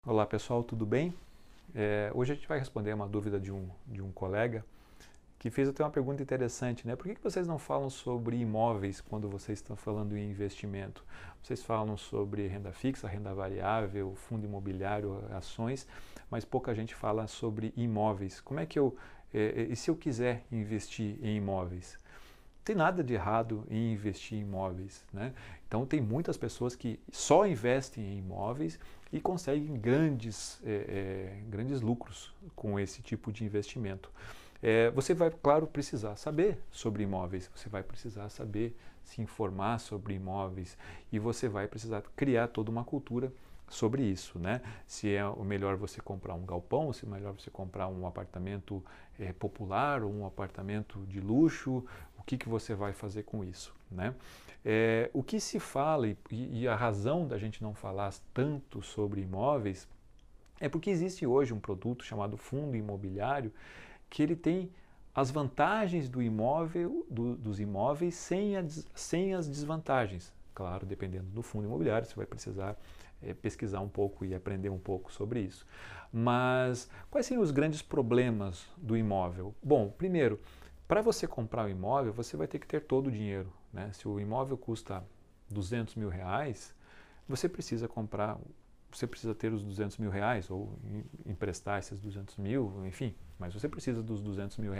Olá pessoal, tudo bem? Hoje a gente vai responder uma dúvida de um colega que fez até uma pergunta interessante, né? Por que vocês não falam sobre imóveis quando vocês estão falando em investimento? Vocês falam sobre renda fixa, renda variável, fundo imobiliário, ações, mas pouca gente fala sobre imóveis. Como é que e se eu quiser investir em imóveis? Não tem nada de errado em investir em imóveis, né? Então tem muitas pessoas que só investem em imóveis e conseguem grandes lucros com esse tipo de investimento. Você vai, claro, precisar saber sobre imóveis, você vai precisar saber se informar sobre imóveis e você vai precisar criar toda uma cultura sobre isso, né? Se é o melhor você comprar um galpão, se é melhor você comprar um apartamento popular ou um apartamento de luxo, o que você vai fazer com isso, né? O que se fala e a razão da gente não falar tanto sobre imóveis é porque existe hoje um produto chamado fundo imobiliário que ele tem as vantagens do imóvel, dos imóveis sem as desvantagens. Claro, dependendo do fundo imobiliário, você vai precisar pesquisar um pouco e aprender um pouco sobre isso. Mas quais seriam os grandes problemas do imóvel? Bom, primeiro, para você comprar o imóvel, você vai ter que ter todo o dinheiro, né? Se o imóvel custa R$200 mil, você precisa ter os R$200 mil ou emprestar esses R$200 mil, enfim, mas você precisa dos R$200 mil.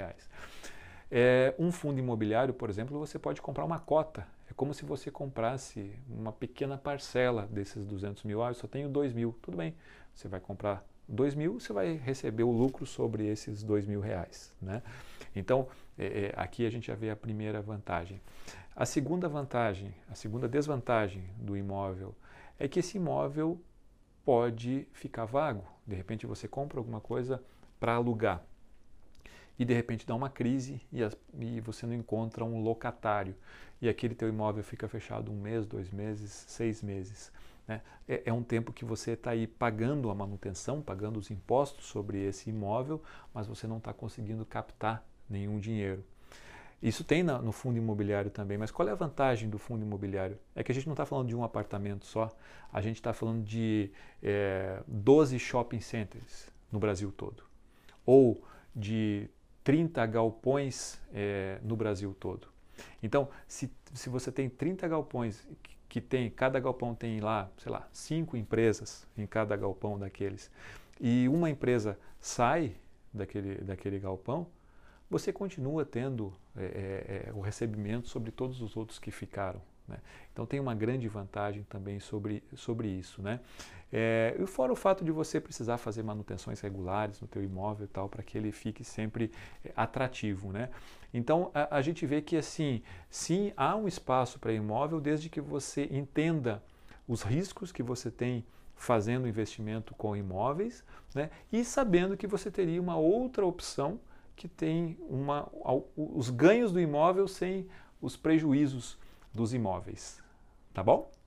Um fundo imobiliário, por exemplo, você pode comprar uma cota. É como se você comprasse uma pequena parcela desses R$200 mil. Eu só tenho 2 mil. Tudo bem, você vai comprar 2 mil, você vai receber o lucro sobre esses R$2 mil, né? Então, aqui a gente já vê a primeira vantagem. A segunda desvantagem do imóvel é que esse imóvel pode ficar vago. De repente você compra alguma coisa para alugar e de repente dá uma crise e você não encontra um locatário e aquele teu imóvel fica fechado 1 mês, 2 meses, 6 meses. Né? É um tempo que você está aí pagando a manutenção, pagando os impostos sobre esse imóvel, mas você não está conseguindo captar nenhum dinheiro. Isso tem no fundo imobiliário também, mas qual é a vantagem do fundo imobiliário? É que a gente não está falando de um apartamento só, a gente está falando de 12 shopping centers no Brasil todo, ou de 30 galpões no Brasil todo. Então, se você tem 30 galpões, cada galpão tem lá, sei lá, 5 empresas em cada galpão daqueles, e uma empresa sai daquele galpão, você continua tendo o recebimento sobre todos os outros que ficaram. Né? Então tem uma grande vantagem também sobre isso. Né? E fora o fato de você precisar fazer manutenções regulares no teu imóvel e tal, para que ele fique sempre atrativo. Né? Então a gente vê que assim, sim, há um espaço para imóvel desde que você entenda os riscos que você tem fazendo investimento com imóveis, né? E sabendo que você teria uma outra opção que tem os ganhos do imóvel sem os prejuízos dos imóveis. Tá bom?